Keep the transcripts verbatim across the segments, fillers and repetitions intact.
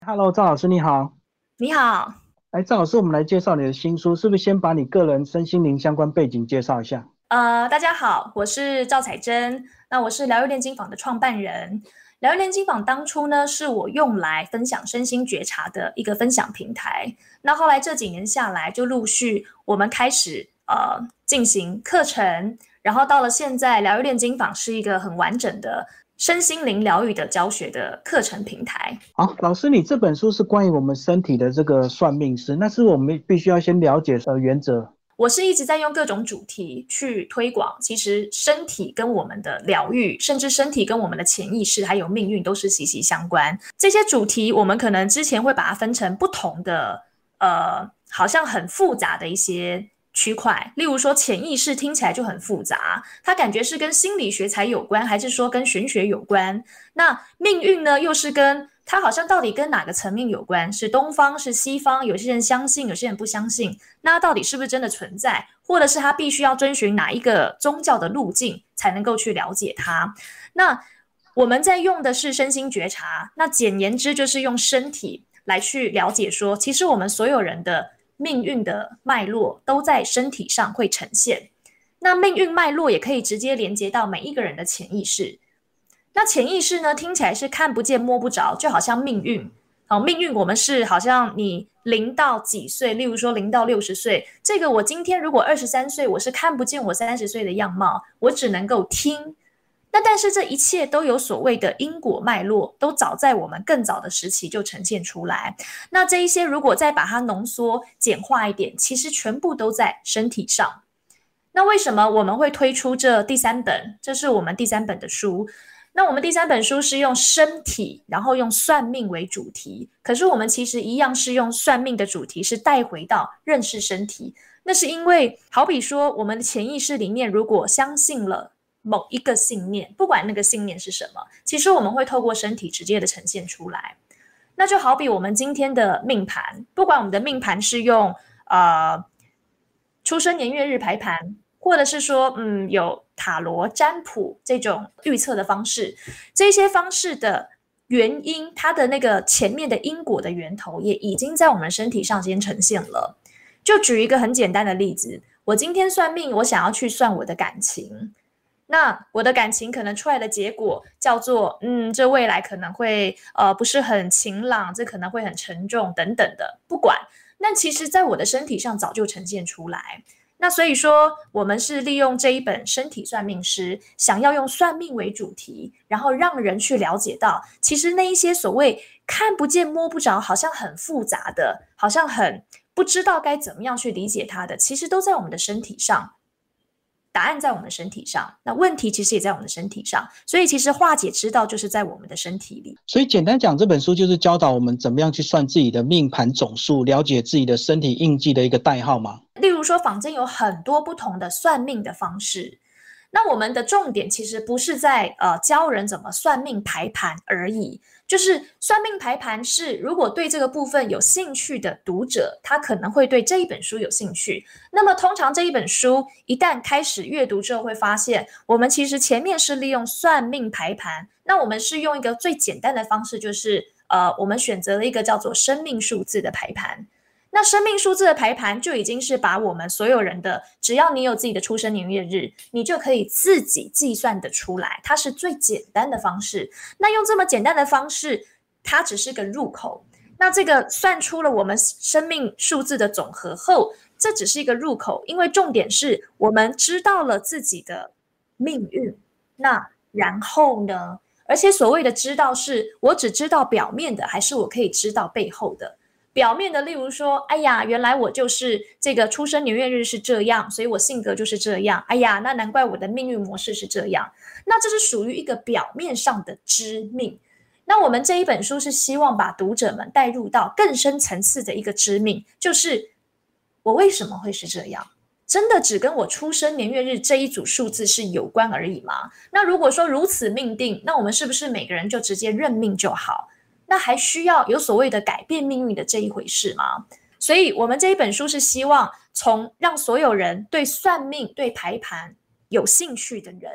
Hello，赵老师你好。 你好。 哎，赵老师，我们来介绍你的新书，是不是先把你个人身心灵相关背景介绍一下？ 呃，大家好，我是赵彩珍，那我是疗愈炼金坊的创办人。疗愈炼金坊当初呢，是我用来分享身心觉察的一个分享平台。那后来这几年下来，就陆续我们开始呃进行课程，然后到了现在，疗愈炼金坊是一个很完整的身心灵疗愈的教学的课程平台。 好，老师，你这本书是关于我们身体的这个算命师，那是我们必须要先了解呃原则。 我是一直在用各种主题去推广，其实身体跟我们的疗愈，甚至身体跟我们的潜意识还有命运都是息息相关。这些主题我们可能之前会把它分成不同的，呃，好像很复杂的一些区块。例如说潜意识听起来就很复杂，它感觉是跟心理学才有关，还是说跟玄学有关？那命运呢，又是跟它好像到底跟哪个层面有关？是东方是西方？有些人相信，有些人不相信。那它到底是不是真的存在？或者是它必须要遵循哪一个宗教的路径才能够去了解它？那我们在用的是身心觉察，那简言之就是用身体来去了解说，其实我们所有人的命运的脉络都在身体上会呈现。那命运脉络也可以直接连接到每一个人的潜意识。那潜意识呢，听起来是看不见摸不着，就好像命运。好，命运我们是好像你零到几岁，例如说零到六十岁，这个我今天如果二十三岁，我是看不见我三十岁的样貌，我只能够听。那但是这一切都有所谓的因果脉络，都早在我们更早的时期就呈现出来。那这一些如果再把它浓缩简化一点，其实全部都在身体上。那为什么我们会推出这第三本？这是我们第三本的书。那我们第三本书是用身体，然后用算命为主题。可是我们其实一样是用算命的主题，是带回到认识身体。那是因为，好比说，我们的潜意识里面如果相信了某一个信念，不管那个信念是什么，其实我们会透过身体直接的呈现出来。那就好比我们今天的命盘，不管我们的命盘是用呃出生年月日排盘，或者是说，嗯，有塔罗占卜这种预测的方式，这些方式的原因，它的那个前面的因果的源头，也已经在我们身体上先呈现了。就举一个很简单的例子，我今天算命，我想要去算我的感情。那我的感情可能出来的结果叫做，嗯，这未来可能会呃不是很晴朗，这可能会很沉重等等的，不管。那其实在我的身体上早就呈现出来。那所以说，我们是利用这一本身体算命师，想要用算命为主题，然后让人去了解到，其实那一些所谓看不见摸不着，好像很复杂的，好像很不知道该怎么样去理解它的，其实都在我们的身体上。答案在我们的身体上，那问题其实也在我们的身体上，所以其实化解之道就是在我们的身体里。 所以简单讲，这本书就是教导我们怎么样去算自己的命盘总数，了解自己的身体印记的一个代号嘛。 例如说，坊间有很多不同的算命的方式，那我们的重点其实不是在呃教人怎么算命排盘而已，就是算命排盘是如果对这个部分有兴趣的读者，他可能会对这一本书有兴趣。那么通常这一本书一旦开始阅读之后，会发现我们其实前面是利用算命排盘，那我们是用一个最简单的方式，就是呃我们选择了一个叫做生命数字的排盘。那生命数字的排盘就已经是把我们所有人的，只要你有自己的出生年月日，你就可以自己计算得出来，它是最简单的方式。那用这么简单的方式，它只是个入口。那这个算出了我们生命数字的总和后，这只是一个入口，因为重点是我们知道了自己的命运。那然后呢？而且所谓的知道是，我只知道表面的，还是我可以知道背后的？表面的，例如说，哎呀，原来我就是这个出生年月日是这样，所以我性格就是这样。哎呀，那难怪我的命运模式是这样。那这是属于一个表面上的知命。那我们这一本书是希望把读者们带入到更深层次的一个知命，就是我为什么会是这样？真的只跟我出生年月日这一组数字是有关而已吗？那如果说如此命定，那我们是不是每个人就直接认命就好？那还需要有所谓的改变命运的这一回事吗？所以我们这一本书是希望从让所有人对算命、对排盘有兴趣的人，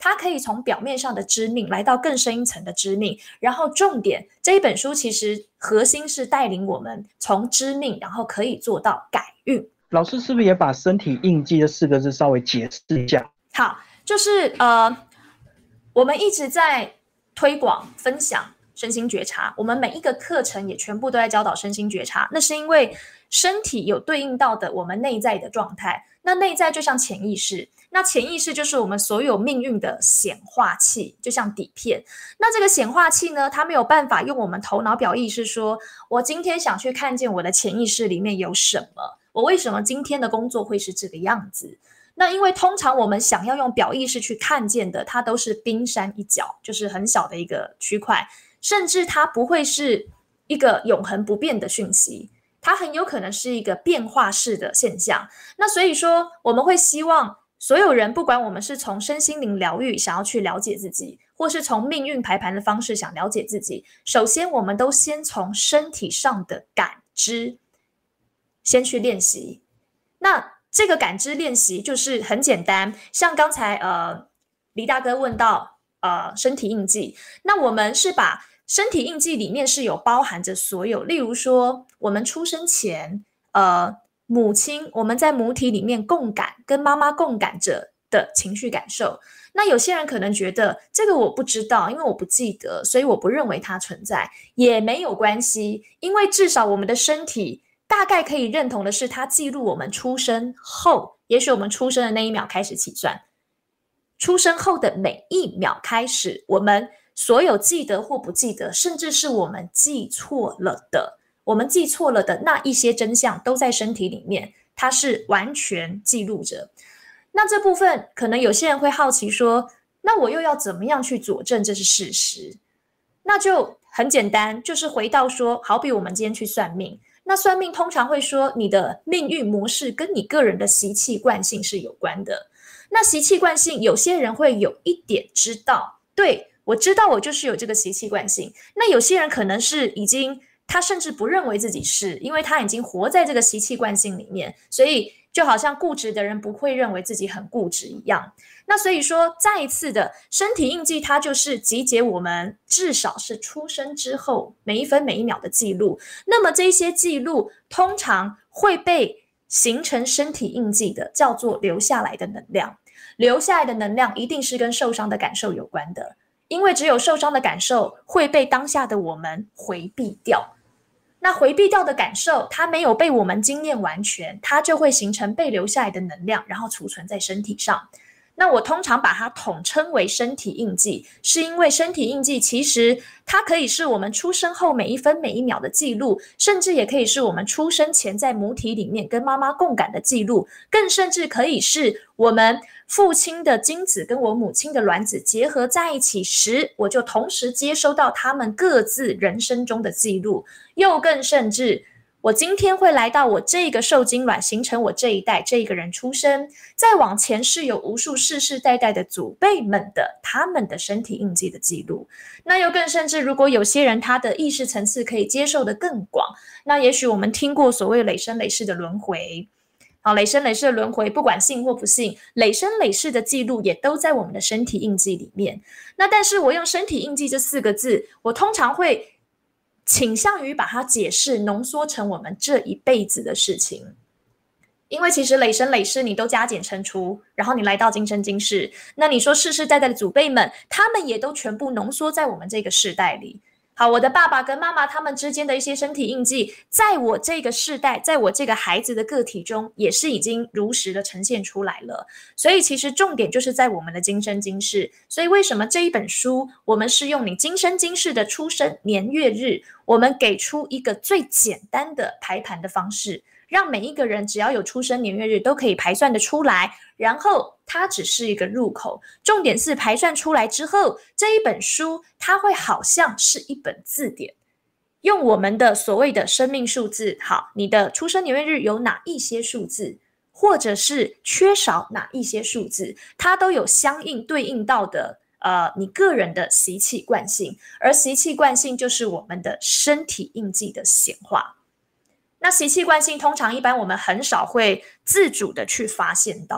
它可以从表面上的知命来到更深一层的知命，然后重点这一本书其实核心是带领我们从知命，然后可以做到改运。 老师是不是也把身体印记这四个字稍微解释一下？ 好，就是呃，我们一直在推广分享身心觉察，我们每一个课程也全部都在教导身心觉察，那是因为身体有对应到的我们内在的状态，那内在就像潜意识，那潜意识就是我们所有命运的显化器，就像底片。那这个显化器呢，它没有办法用我们头脑表意识说，我今天想去看见我的潜意识里面有什么，我为什么今天的工作会是这个样子。那因为通常我们想要用表意识去看见的，它都是冰山一角，就是很小的一个区块，甚至它不会是一个永恒不变的讯息，它很有可能是一个变化式的现象。那所以说我们会希望所有人，不管我们是从身心灵疗愈想要去了解自己，或是从命运排盘的方式想了解自己，首先我们都先从身体上的感知先去练习。那这个感知练习就是很简单，像刚才呃黎大哥问到呃身体印记，那我们是把身体印记里面是有包含着所有，例如说我们出生前呃母亲我们在母体里面共感跟妈妈共感着的情绪感受。那有些人可能觉得这个我不知道，因为我不记得，所以我不认为它存在，也没有关系，因为至少我们的身体大概可以认同的是，它记录我们出生后，也许我们出生的那一秒开始起算，出生后的每一秒开始，我们所有记得或不记得，甚至是我们记错了的，我们记错了的那一些真相都在身体里面，它是完全记录着。那这部分可能有些人会好奇说，那我又要怎么样去佐证这是事实？那就很简单，就是回到说，好比我们今天去算命，那算命通常会说你的命运模式跟你个人的习气惯性是有关的。那习气惯性有些人会有一点知道，对，我知道我就是有这个习气惯性。那有些人可能是已经他甚至不认为自己是，因为他已经活在这个习气惯性里面，所以就好像固执的人不会认为自己很固执一样。那所以说再一次的身体印记，它就是集结我们至少是出生之后每一分每一秒的记录。那么这些记录通常会被形成身体印记的叫做留下来的能量。留下来的能量一定是跟受伤的感受有关的，因为只有受伤的感受会被当下的我们回避掉。那回避掉的感受，它没有被我们经验完全，它就会形成被留下来的能量，然后储存在身体上。那我通常把它统称为身体印记，是因为身体印记其实它可以是我们出生后每一分每一秒的记录，甚至也可以是我们出生前在母体里面跟妈妈共感的记录，更甚至可以是我们父亲的精子跟我母亲的卵子结合在一起时，我就同时接收到他们各自人生中的记录，又更甚至我今天会来到我这个受精卵，形成我这一代这一个人出生，再往前是有无数世世代代的祖辈们的他们的身体印记的记录。那又更甚至，如果有些人他的意识层次可以接受的更广，那也许我们听过所谓累生累世的轮回。好，累生累世的轮回，不管信或不信，累生累世的记录也都在我们的身体印记里面。那但是我用身体印记这四个字，我通常会倾向于把它解释浓缩成我们这一辈子的事情。因为其实累生累世你都加减乘除，然后你来到今生今世，那你说世世代代的祖辈们，他们也都全部浓缩在我们这个世代里。好，我的爸爸跟妈妈他们之间的一些身体印记，在我这个世代，在我这个孩子的个体中，也是已经如实的呈现出来了。所以其实重点就是在我们的今生今世。所以为什么这一本书，我们是用你今生今世的出生年月日，我们给出一个最简单的排盘的方式，让每一个人只要有出生年月日都可以排算得出来，然后它只是一个入口。重点是排算出来之后，这一本书它会好像是一本字典，用我们的所谓的生命数字，好，你的出生年月日有哪一些数字，或者是缺少哪一些数字，它都有相应对应到的呃，你个人的习气惯性，而习气惯性就是我们的身体印记的显化。那习气惯性通常一般我们很少会自主的去发现到，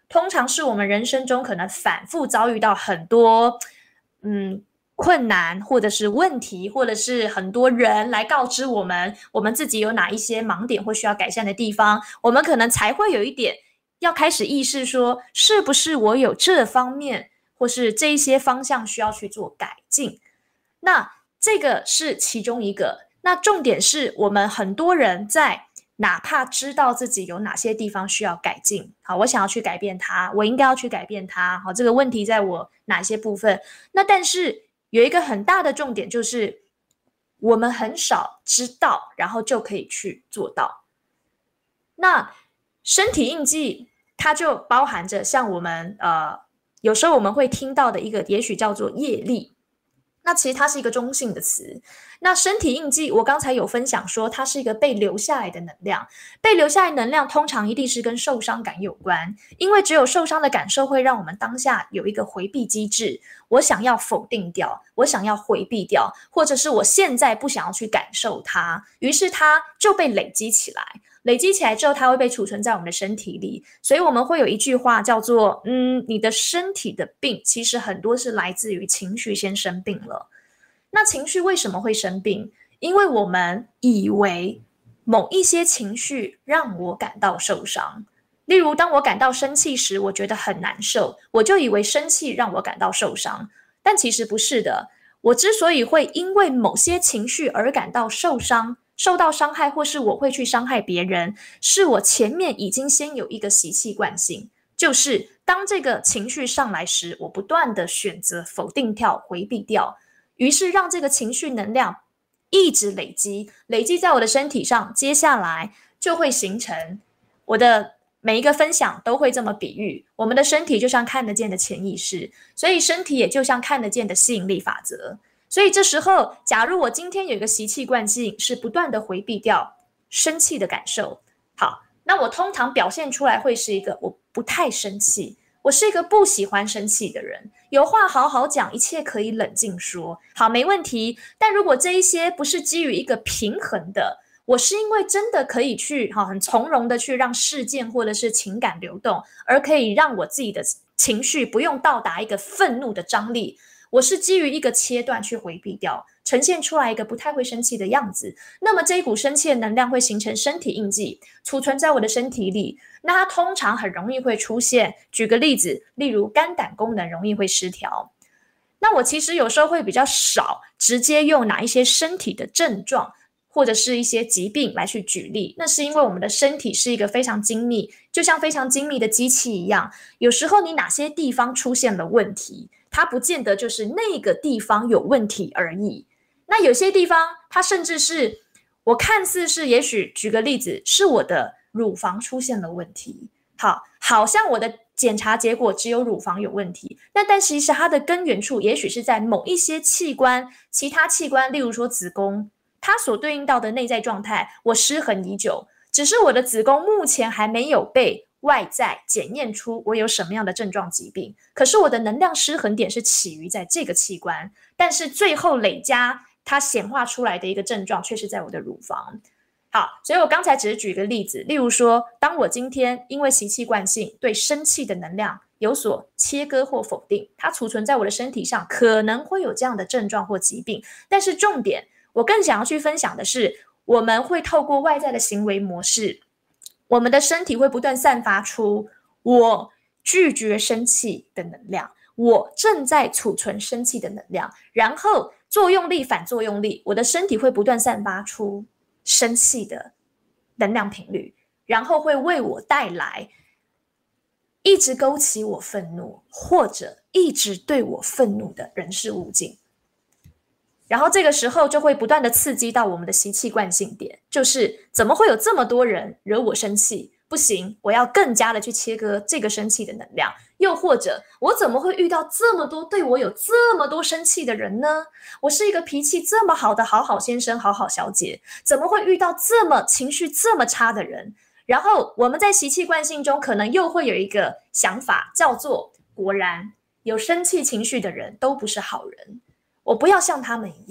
通常是我们人生中可能反复遭遇到很多嗯困难，或者是问题，或者是很多人来告知我们我们自己有哪一些盲点或需要改善的地方，我们可能才会有一点要开始意识说，是不是我有这方面或是这一些方向需要去做改进。那这个是其中一个，那重点是我们很多人在哪怕知道自己有哪些地方需要改进，好，我想要去改变它，我应该要去改变它，好，这个问题在我哪些部分，那但是有一个很大的重点就是我们很少知道，然后就可以去做到。那身体印记它就包含着像我们呃有时候我们会听到的一个也许叫做业力，那其实它是一个中性的词。那身体印记我刚才有分享说它是一个被留下来的能量，被留下来的能量通常一定是跟受伤感有关，因为只有受伤的感受会让我们当下有一个回避机制，我想要否定掉，我想要回避掉，或者是我现在不想要去感受它，于是它就被累积起来，累积起来之后它会被储存在我们的身体里。所以我们会有一句话叫做嗯，你的身体的病其实很多是来自于情绪先生病了。那情绪为什么会生病？因为我们以为某一些情绪让我感到受伤，例如当我感到生气时我觉得很难受，我就以为生气让我感到受伤，但其实不是的。我之所以会因为某些情绪而感到受伤，受到伤害，或是我会去伤害别人，是我前面已经先有一个习气惯性，就是当这个情绪上来时，我不断的选择否定掉，回避掉，于是让这个情绪能量一直累积，累积在我的身体上，接下来就会形成我的每一个分享都会这么比喻，我们的身体就像看得见的潜意识，所以身体也就像看得见的吸引力法则。所以这时候假如我今天有一个习气惯性是不断的回避掉生气的感受，好，那我通常表现出来会是一个我不太生气，我是一个不喜欢生气的人，有话好好讲，一切可以冷静说，好，没问题。但如果这一些不是基于一个平衡的，我是因为真的可以去好很从容的去让事件或者是情感流动，而可以让我自己的情绪不用到达一个愤怒的张力，我是基于一个切断去回避掉，呈现出来一个不太会生气的样子，那么这一股生气的能量会形成身体印记，储存在我的身体里。那它通常很容易会出现，举个例子，例如肝胆功能容易会失调。那我其实有时候会比较少直接用哪一些身体的症状或者是一些疾病来去举例，那是因为我们的身体是一个非常精密，就像非常精密的机器一样，有时候你哪些地方出现了问题，它不见得就是那个地方有问题而已。那有些地方它甚至是我看似是，也许举个例子，是我的乳房出现了问题，好，好像我的检查结果只有乳房有问题，那但其实它的根源处也许是在某一些器官，其他器官，例如说子宫，它所对应到的内在状态我失衡已久，只是我的子宫目前还没有被外在检验出我有什么样的症状疾病，可是我的能量失衡点是起于在这个器官，但是最后累加它显化出来的一个症状却是在我的乳房。好，所以我刚才只是举个例子，例如说当我今天因为习气惯性对生气的能量有所切割或否定，它储存在我的身体上，可能会有这样的症状或疾病，但是重点我更想要去分享的是，我们会透过外在的行为模式，我们的身体会不断散发出我拒绝生气的能量，我正在储存生气的能量，然后作用力反作用力，我的身体会不断散发出生气的能量频率，然后会为我带来一直勾起我愤怒，或者一直对我愤怒的人事物境。然后这个时候就会不断的刺激到我们的习气惯性点，就是怎么会有这么多人惹我生气，不行，我要更加的去切割这个生气的能量。又或者我怎么会遇到这么多对我有这么多生气的人呢？我是一个脾气这么好的好好先生好好小姐，怎么会遇到这么情绪这么差的人？然后我们在习气惯性中可能又会有一个想法，叫做果然有生气情绪的人都不是好人，我不要像他们一样。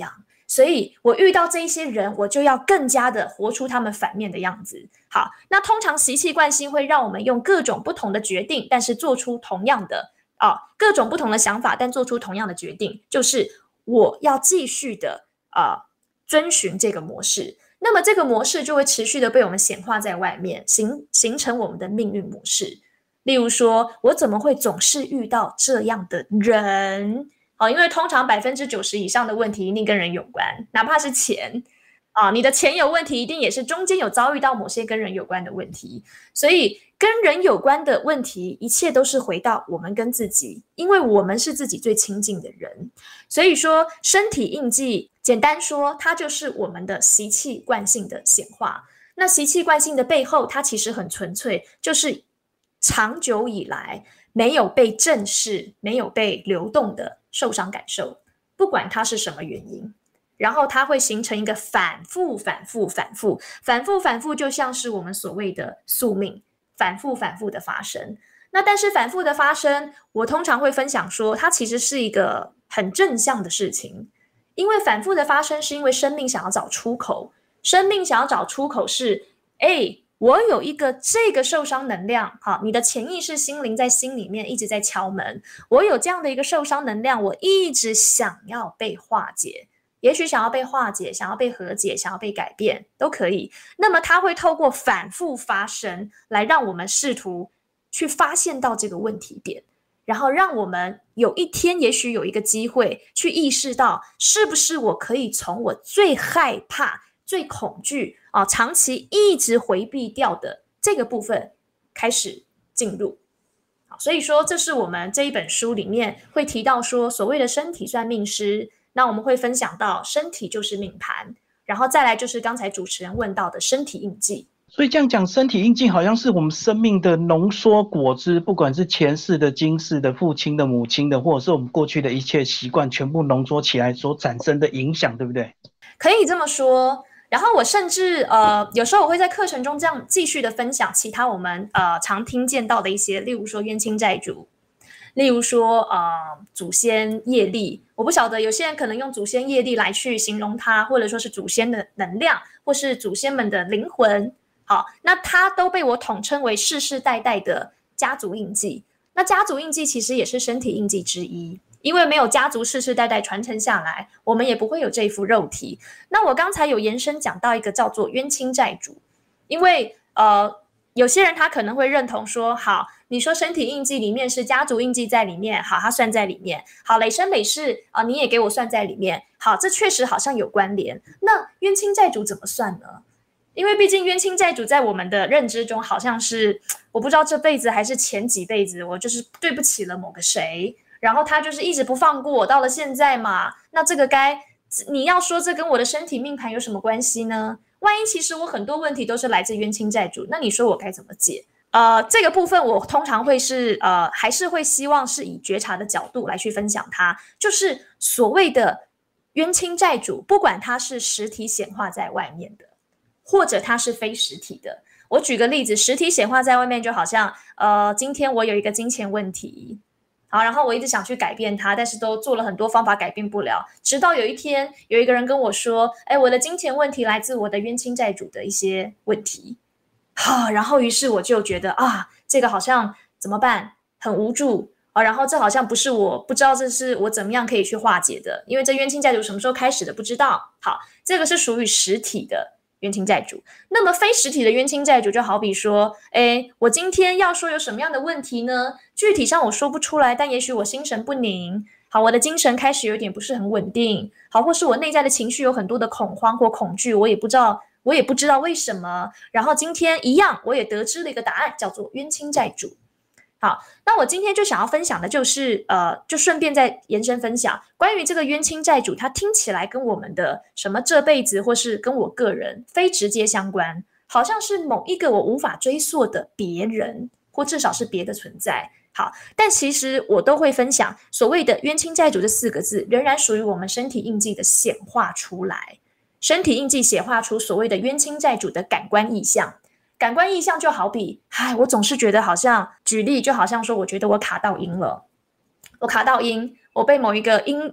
所以我遇到这一些人，我就要更加的活出他们反面的样子。好，那通常习气惯性会让我们用各种不同的决定，但是做出同样的啊、哦，各种不同的想法，但做出同样的决定，就是我要继续的啊、呃、遵循这个模式。那么这个模式就会持续的被我们显化在外面，形形成我们的命运模式。例如说，我怎么会总是遇到这样的人？哦，因为通常百分之九十以上的问题一定跟人有关，哪怕是钱啊，你的钱有问题，一定也是中间有遭遇到某些跟人有关的问题。所以跟人有关的问题，一切都是回到我们跟自己，因为我们是自己最亲近的人。所以说，身体印记，简单说，它就是我们的习气惯性的显化。那习气惯性的背后，它其实很纯粹，就是长久以来没有被正视、没有被流动的受伤感受，不管它是什么原因，然后它会形成一个反复、反复、反复、反复、反复，就像是我们所谓的宿命，反复、反复的发生。那但是反复的发生，我通常会分享说，它其实是一个很正向的事情，因为反复的发生是因为生命想要找出口，生命想要找出口是，哎。我有一个这个受伤能量，好，你的潜意识心灵在心里面一直在敲门，我有这样的一个受伤能量，我一直想要被化解，也许想要被化解，想要被和解，想要被改变都可以。那么它会透过反复发生来让我们试图去发现到这个问题点，然后让我们有一天也许有一个机会去意识到，是不是我可以从我最害怕最恐惧啊，长期一直回避掉的这个部分开始进入。好，所以说这是我们这一本书里面会提到说，所谓的身体算命师，那我们会分享到身体就是命盘，然后再来就是刚才主持人问到的身体印记。 所以这样讲，身体印记好像是我们生命的浓缩果汁，不管是前世的、今世的、父亲的、母亲的，或者是我们过去的一切习惯，全部浓缩起来所产生的影响，对不对？ 可以这么说。然后我甚至呃，有时候我会在课程中这样继续的分享其他我们呃常听见到的一些，例如说冤亲债主，例如说呃祖先业力。我不晓得有些人可能用祖先业力来去形容它，或者说是祖先的能量，或是祖先们的灵魂。好，那它都被我统称为世世代代的家族印记。那家族印记其实也是身体印记之一。因为没有家族世世代代传承下来，我们也不会有这一副肉体。那我刚才有延伸讲到一个叫做冤亲债主，因为呃，有些人他可能会认同说，好，你说身体印记里面是家族印记在里面，好，它算在里面，好，累生累世啊、呃，你也给我算在里面，好，这确实好像有关联。那冤亲债主怎么算呢？因为毕竟冤亲债主在我们的认知中好像是，我不知道这辈子还是前几辈子，我就是对不起了某个谁。然后他就是一直不放过我，到了现在嘛，那这个该你要说这跟我的身体命盘有什么关系呢？万一其实我很多问题都是来自冤亲债主，那你说我该怎么解？呃，这个部分我通常会是呃，还是会希望是以觉察的角度来去分享它，就是所谓的冤亲债主，不管它是实体显化在外面的，或者它是非实体的。我举个例子，实体显化在外面就好像呃，今天我有一个金钱问题。好，然后我一直想去改变它，但是都做了很多方法改变不了。直到有一天，有一个人跟我说：“哎，我的金钱问题来自我的冤亲债主的一些问题。”好，然后于是我就觉得啊，这个好像怎么办？很无助啊。然后这好像不是我不知道这是我怎么样可以去化解的，因为这冤亲债主什么时候开始的不知道。好，这个是属于实体的冤亲债主。那么非实体的冤亲债主就好比说，诶，我今天要说有什么样的问题呢？具体上我说不出来，但也许我心神不宁，好，我的精神开始有点不是很稳定，好，或是我内在的情绪有很多的恐慌或恐惧，我也不知道我也不知道为什么。然后今天一样我也得知了一个答案，叫做冤亲债主。好，那我今天就想要分享的就是呃，就顺便再延伸分享关于这个冤亲债主，它听起来跟我们的什么这辈子或是跟我个人非直接相关，好像是某一个我无法追溯的别人，或至少是别的存在。好，但其实我都会分享所谓的冤亲债主这四个字仍然属于我们身体印记的显化出来，身体印记显化出所谓的冤亲债主的感官意象。感官意象就好比，唉，我总是觉得好像，举例就好像说，我觉得我卡到音了，我卡到音，我被某一个音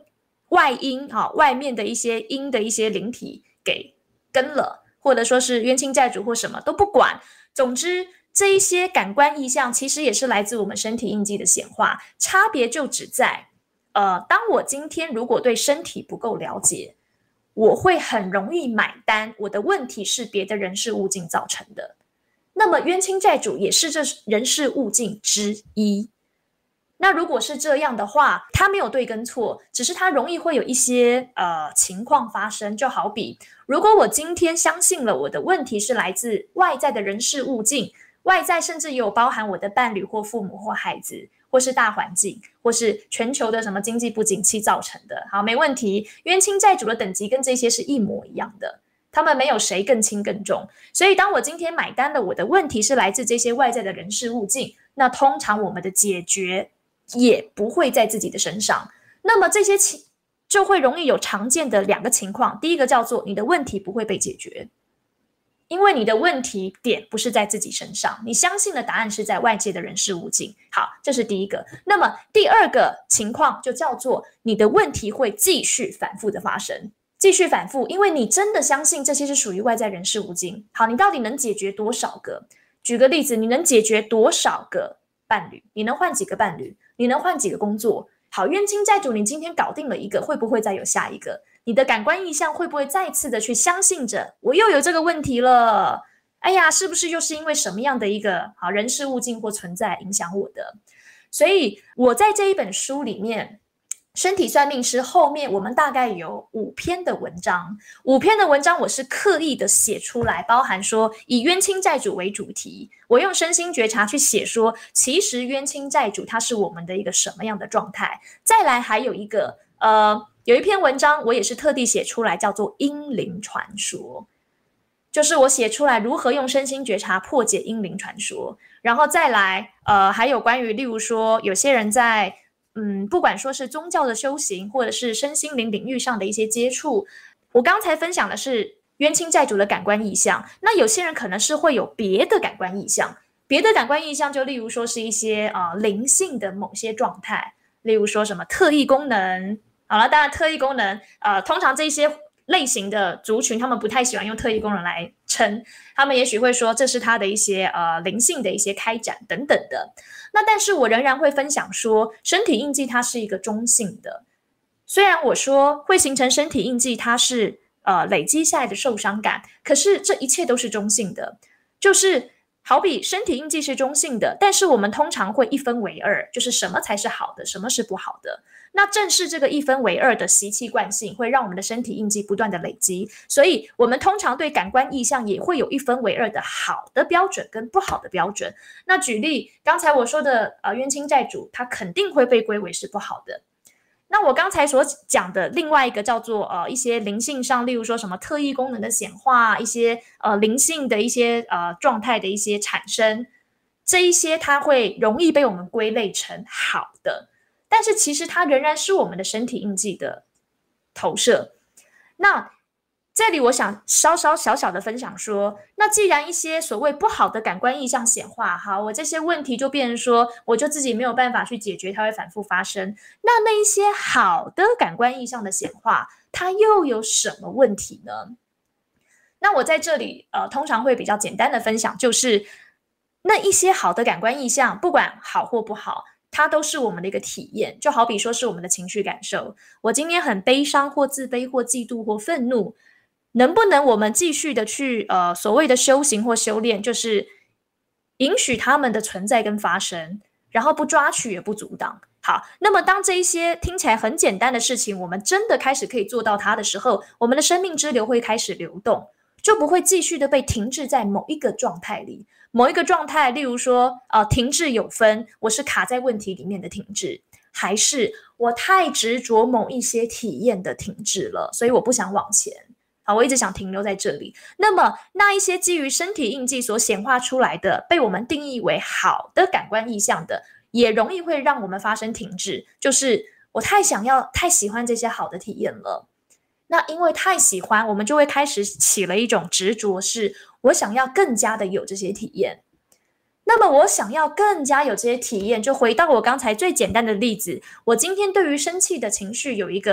外因啊，外面的一些阴的一些灵体给跟了，或者说是冤亲债主或什么都不管。总之，这一些感官意象其实也是来自我们身体印记的显化，差别就只在，呃，当我今天如果对身体不够了解，我会很容易买单，我的问题是别的人事物境造成的。那么冤亲债主也是这人事物境之一。那如果是这样的话，它没有对跟错，只是它容易会有一些呃情况发生。就好比，如果我今天相信了我的问题是来自外在的人事物境，外在甚至也有包含我的伴侣或父母或孩子，或是大环境，或是全球的什么经济不景气造成的。好，没问题。冤亲债主的等级跟这些是一模一样的，他们没有谁更轻更重。所以当我今天买单了我的问题是来自这些外在的人事物境，那通常我们的解决也不会在自己的身上。那么这些就会容易有常见的两个情况，第一个叫做你的问题不会被解决，因为你的问题点不是在自己身上，你相信的答案是在外界的人事物境。好，这是第一个。那么第二个情况就叫做你的问题会继续反复的发生，继续反复，因为你真的相信这些是属于外在人事物境。好，你到底能解决多少个？举个例子，你能解决多少个伴侣？你能换几个伴侣？你能换几个工作？好，冤亲债主，你今天搞定了一个，会不会再有下一个？你的感官意象会不会再次的去相信着我又有这个问题了？哎呀，是不是又是因为什么样的一个好人事物境或存在影响我的？所以我在这一本书里面，身体算命师后面我们大概有五篇的文章，五篇的文章我是刻意的写出来，包含说以冤亲债主为主题，我用身心觉察去写说，其实冤亲债主它是我们的一个什么样的状态。再来还有一个呃，有一篇文章我也是特地写出来，叫做阴灵传说，就是我写出来如何用身心觉察破解阴灵传说。然后再来呃，还有关于例如说有些人在嗯，不管说是宗教的修行，或者是身心灵领域上的一些接触，我刚才分享的是冤亲债主的感官意象，那有些人可能是会有别的感官意象，别的感官意象就例如说是一些呃灵性的某些状态，例如说什么特异功能。好了，当然特异功能呃，通常这些类型的族群他们不太喜欢用特异功能来称，他们也许会说这是他的一些呃灵性的一些开展等等的。那但是我仍然会分享说，身体印记它是一个中性的，虽然我说会形成身体印记它是呃累积下来的受伤感，可是这一切都是中性的。就是好比身体印记是中性的，但是我们通常会一分为二，就是什么才是好的，什么是不好的。那正是这个一分为二的习气惯性会让我们的身体印记不断的累积，所以我们通常对感官意象也会有一分为二的好的标准跟不好的标准。那举例刚才我说的呃冤亲债主，它肯定会被归为是不好的。那我刚才所讲的另外一个叫做呃一些灵性上，例如说什么特异功能的显化，一些呃灵性的一些呃状态的一些产生，这一些它会容易被我们归类成好的，但是其实它仍然是我们的身体印记的投射。那这里我想稍稍小小的分享说，那既然一些所谓不好的感官意象显化，好，我这些问题就变成说我就自己没有办法去解决，它会反复发生。那那一些好的感官意象的显化，它又有什么问题呢？那我在这里呃，通常会比较简单的分享，就是那一些好的感官意象，不管好或不好，它都是我们的一个体验，就好比说是我们的情绪感受。我今天很悲伤或自卑或嫉妒或愤怒，能不能我们继续的去呃所谓的修行或修炼，就是允许他们的存在跟发生，然后不抓取也不阻挡。好，那么当这一些听起来很简单的事情，我们真的开始可以做到它的时候，我们的生命之流会开始流动，就不会继续的被停滞在某一个状态里。某一个状态，例如说呃停滞有分，我是卡在问题里面的停滞，还是我太执着某一些体验的停滞了，所以我不想往前。好，我一直想停留在这里。那么那一些基于身体印记所显化出来的，被我们定义为好的感官意象的，也容易会让我们发生停滞，就是我太想要太喜欢这些好的体验了。那因为太喜欢，我们就会开始起了一种执着，是我想要更加的有这些体验。那么我想要更加有这些体验，就回到我刚才最简单的例子，我今天对于生气的情绪有一个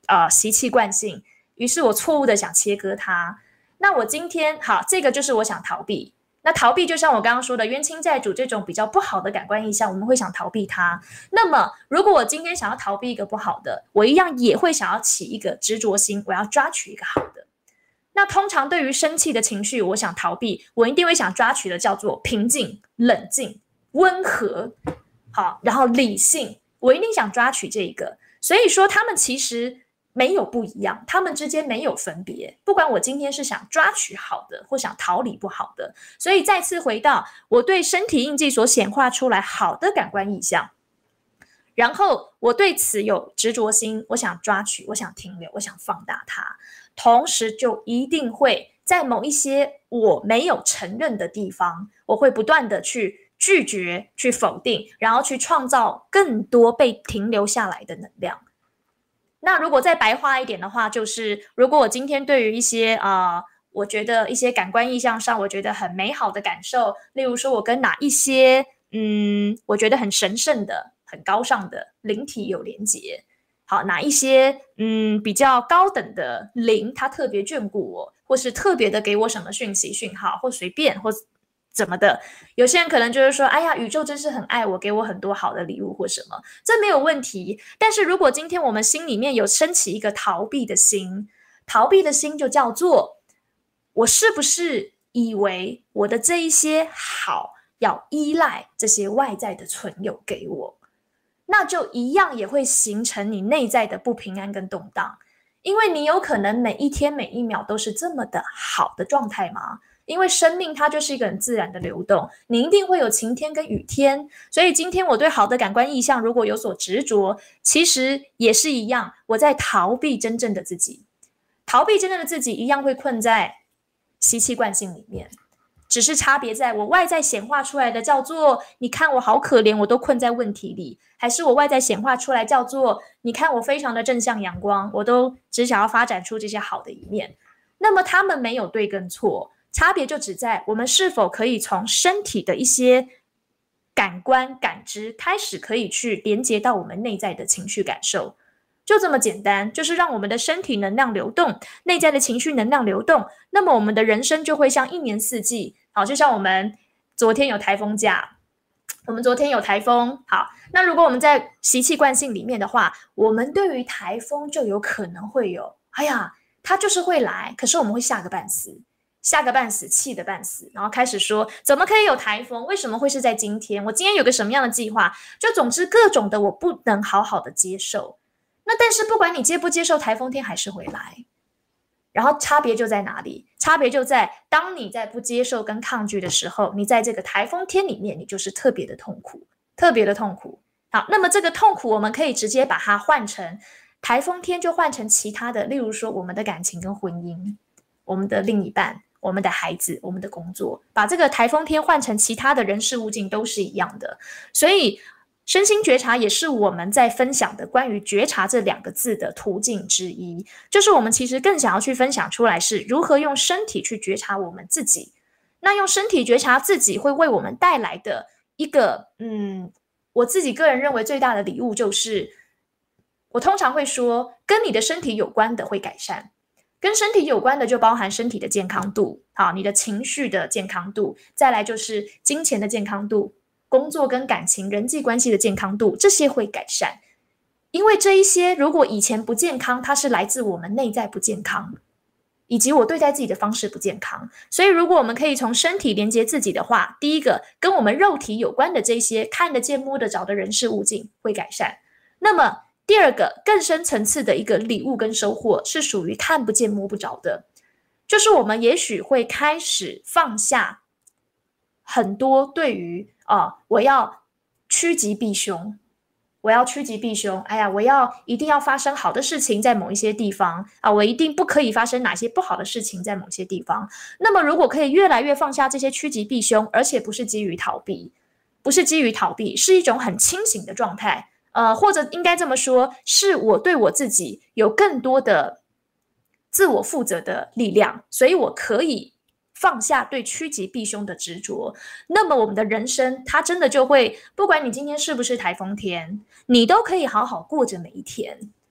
呃习气惯性，于是我错误的想切割它。那我今天好，这个就是我想逃避。那逃避就像我刚刚说的冤亲债主这种比较不好的感官意象，我们会想逃避它。那么如果我今天想要逃避一个不好的，我一样也会想要起一个执着心，我要抓取一个好的。那通常对于生气的情绪，我想逃避，我一定会想抓取的叫做平静、冷静、温和，好，然后理性，我一定想抓取这一个。所以说他们其实没有不一样，他们之间没有分别，不管我今天是想抓取好的或想逃离不好的。所以再次回到我对身体印记所显化出来好的感官意象，然后我对此有执着心，我想抓取，我想停留，我想放大它，同时就一定会在某一些我没有承认的地方，我会不断的去拒绝，去否定，然后去创造更多被停留下来的能量。那如果再白话一点的话，就是如果我今天对于一些呃，我觉得一些感官意象上我觉得很美好的感受，例如说我跟哪一些嗯，我觉得很神圣的很高尚的灵体有连结，好，哪一些嗯比较高等的灵它特别眷顾我，或是特别的给我什么讯息讯号，或随便或怎么的，有些人可能就是说，哎呀，宇宙真是很爱我，给我很多好的礼物或什么，这没有问题。但是如果今天我们心里面有升起一个逃避的心，逃避的心就叫做，我是不是以为我的这一些好要依赖这些外在的存有给我，那就一样也会形成你内在的不平安跟动荡。因为你有可能每一天每一秒都是这么的好的状态吗？因为生命它就是一个很自然的流动，你一定会有晴天跟雨天。所以今天我对好的感官意象如果有所执着，其实也是一样，我在逃避真正的自己。逃避真正的自己一样会困在习气惯性里面，只是差别在我外在显化出来的叫做你看我好可怜，我都困在问题里，还是我外在显化出来叫做你看我非常的正向阳光，我都只想要发展出这些好的一面。那么他们没有对跟错，差别就只在我们是否可以从身体的一些感官感知开始，可以去连接到我们内在的情绪感受，就这么简单，就是让我们的身体能量流动，内在的情绪能量流动，那么我们的人生就会像一年四季。好，就像我们昨天有台风假，我们昨天有台风，好，那如果我们在习气惯性里面的话，我们对于台风就有可能会有，哎呀，它就是会来，可是我们会吓个半死，吓个半死，气得半死，然后开始说怎么可以有台风，为什么会是在今天，我今天有个什么样的计划，就总之各种的我不能好好的接受。那但是不管你接不接受，台风天还是会来。然后差别就在哪里？差别就在当你在不接受跟抗拒的时候，你在这个台风天里面，你就是特别的痛苦，特别的痛苦。好，那么这个痛苦我们可以直接把它换成台风天，就换成其他的，例如说我们的感情跟婚姻，我们的另一半，我们的孩子，我们的工作，把这个台风天换成其他的人事物境都是一样的。所以身心觉察也是我们在分享的关于觉察这两个字的途径之一，就是我们其实更想要去分享出来是如何用身体去觉察我们自己。那用身体觉察自己会为我们带来的一个嗯，我自己个人认为最大的礼物就是，我通常会说跟你的身体有关的会改善，跟身体有关的就包含身体的健康度，好，你的情绪的健康度，再来就是金钱的健康度，工作跟感情人际关系的健康度，这些会改善。因为这一些如果以前不健康，它是来自我们内在不健康，以及我对待自己的方式不健康。所以如果我们可以从身体连接自己的话，第一个跟我们肉体有关的这些看得见摸得着的人事物境会改善。那么第二个更深层次的一个礼物跟收获是属于看不见摸不着的，就是我们也许会开始放下很多对于啊，我要趋吉避凶，我要趋吉避凶，哎呀，我要一定要发生好的事情在某一些地方啊，我一定不可以发生哪些不好的事情在某些地方。那么如果可以越来越放下这些趋吉避凶，而且不是基于逃避，不是基于逃避，是一种很清醒的状态，呃，或者应该这么说，是我对我自己有更多的自我负责的力量，所以我可以放下对趋吉避凶的执着。那么我们的人生它真的就会，不管你今天是不是台风天，你都可以好好过着每一天。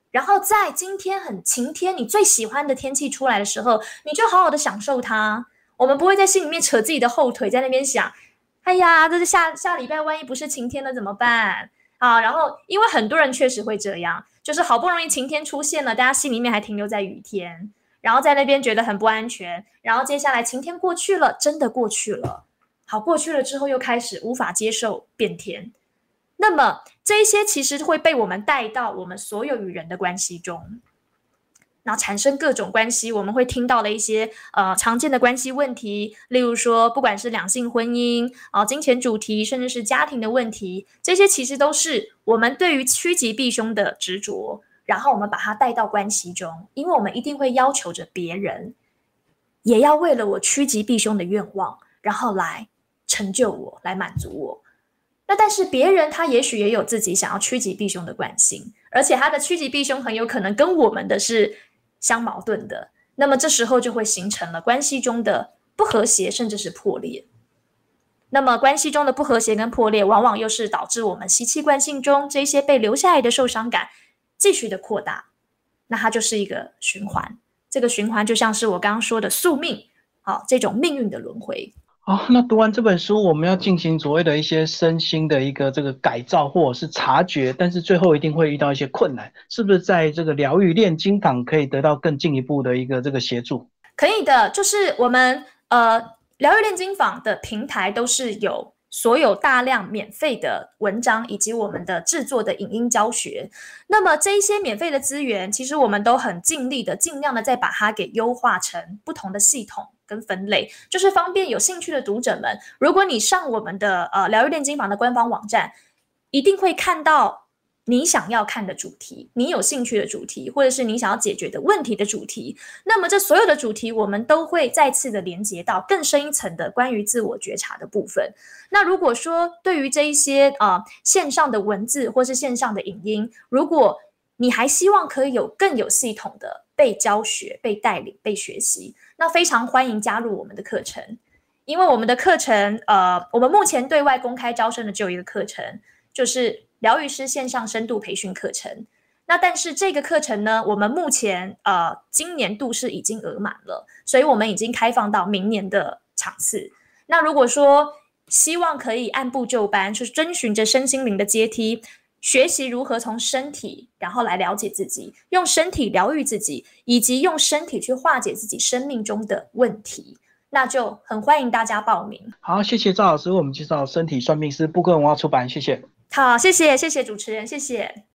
然后在今天很晴天，你最喜欢的天气出来的时候，你就好好的享受它。我们不会在心里面扯自己的后腿，在那边想，哎呀，这是下下礼拜万一不是晴天了怎么办啊？然后因为很多人确实会这样，就是好不容易晴天出现了，大家心里面还停留在雨天，然后在那边觉得很不安全，然后接下来晴天过去了，真的过去了，好，过去了之后又开始无法接受变天。那么这一些其实会被我们带到我们所有与人的关系中，然后产生各种关系，我们会听到的一些呃常见的关系问题，例如说不管是两性婚姻、呃、金钱主题，甚至是家庭的问题，这些其实都是我们对于趋吉避凶的执着，然后我们把它带到关系中，因为我们一定会要求着别人也要为了我趋吉避凶的愿望，然后来成就我，来满足我。那但是别人他也许也有自己想要趋吉避凶的惯性，而且他的趋吉避凶很有可能跟我们的是相矛盾的，那么这时候就会形成了关系中的不和谐，甚至是破裂。那么关系中的不和谐跟破裂，往往又是导致我们习气惯性中这些被留下来的受伤感继续的扩大，那它就是一个循环。这个循环就像是我刚刚说的宿命，好，这种命运的轮回。 哦，那读完这本书，我们要进行所谓的一些身心的一个这个改造或者是察觉，但是最后一定会遇到一些困难，是不是在这个疗愈炼金坊可以得到更进一步的一个这个协助？ 可以的，就是我们呃疗愈炼金坊的平台都是有所有大量免费的文章以及我们的制作的影音教学。那么这一些免费的资源，其实我们都很尽力的尽量的再把它给优化成不同的系统跟分类，就是方便有兴趣的读者们，如果你上我们的呃疗愈炼金坊的官方网站，一定会看到你想要看的主题，你有兴趣的主题，或者是你想要解决的问题的主题。那么这所有的主题我们都会再次的连接到更深一层的关于自我觉察的部分。那如果说对于这一些呃线上的文字或是线上的影音，如果你还希望可以有更有系统的被教学、被带领、被学习，那非常欢迎加入我们的课程。因为我们的课程呃，我们目前对外公开招生的只有一个课程，就是疗愈师线上深度培训课程。那但是这个课程呢，我们目前呃今年度是已经额满了，所以我们已经开放到明年的场次。那如果说希望可以按部就班，就是遵循着身心灵的阶梯，学习如何从身体然后来了解自己，用身体疗愈自己，以及用身体去化解自己生命中的问题，那就很欢迎大家报名。 好，谢谢赵老师为我们介绍身体算命师，布克文化出版，谢谢。 好，谢谢谢谢主持人，谢谢。